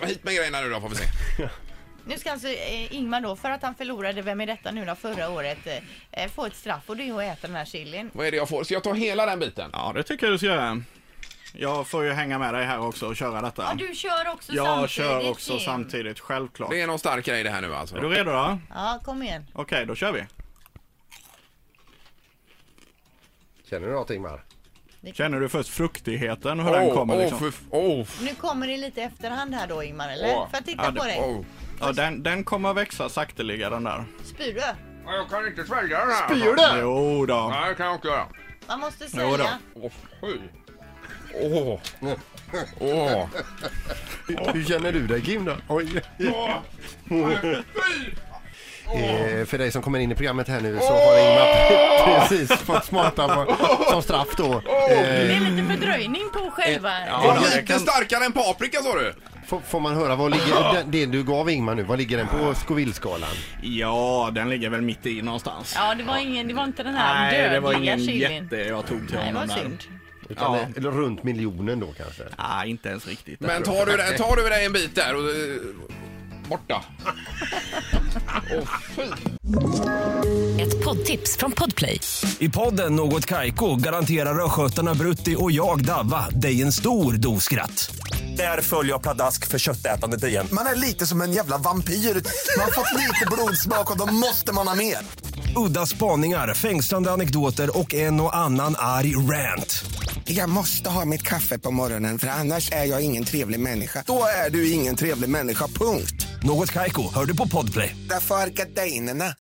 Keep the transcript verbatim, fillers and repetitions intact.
men hit med grejerna nu då får vi se. Nu ska alltså eh, Ingmar då, för att han förlorade Vem är detta nu då förra året, eh, få ett straff, och det är att äta den här chilin. Vad är det jag får? Ska jag ta hela den biten? Ja, det tycker jag du ska göra. Jag får ju hänga med dig här också och köra detta. Ja, du kör också jag samtidigt. Jag kör också Kim. samtidigt, självklart. Det är någon stark grej det här nu alltså. Är du redo då? Ja, kom igen. Okej, okay, då kör vi. Känner du något, Ingmar? Känner du först fruktigheten och hur oh, den kommer? Oh, liksom? oh. Nu kommer det lite efterhand här då, Ingmar, eller? Oh. För att titta ja, på det, dig. Oh. Ja, den, den kommer växa sakteliga, den där. Spyr du? Jag kan inte svälja den här. Spyr du? Jo då. Nej, det kan jag inte göra. Man måste Jo då. säga. Åh, fy. Åh. Åh. Hur känner du dig, Kim, då? Oj. Eh, för dig som kommer in i programmet här nu så har Ingmar precis fått smaka på, som straff då. Eh, Det är lite fördröjning på själva. Ja, det lite kan- starkare än paprika, sa du? får, får man höra, vad ligger det, det du gav Ingmar nu, vad ligger den på Scoville-skalan? Ja, den ligger väl mitt i någonstans. Ja, det var ingen, det var inte den här Nej, det var dödliga ingen chilin. jätte jag tog till Nej, det var honom där. synd. Utan Ja. det, eller runt miljonen då kanske. Nej, inte ens riktigt. Men tar du, det- tar du dig en bit där och... eh, borta. Åh, fy. Ett poddtips från Podplay. I podden Något Kaiko garanterar röskötarna Brutti och jag Davva dig en stor dos skratt. Där följer jag pladask för köttätandet igen. Man är lite som en jävla vampyr. Man har fått lite blodsmak och då måste man ha mer. Udda spaningar, fängslande anekdoter och en och annan arg rant. Jag måste ha mitt kaffe på morgonen för annars är jag ingen trevlig människa. Då är du ingen trevlig människa, punkt. Något Kaiko, hör du på Podplay. Därför är gardinerna.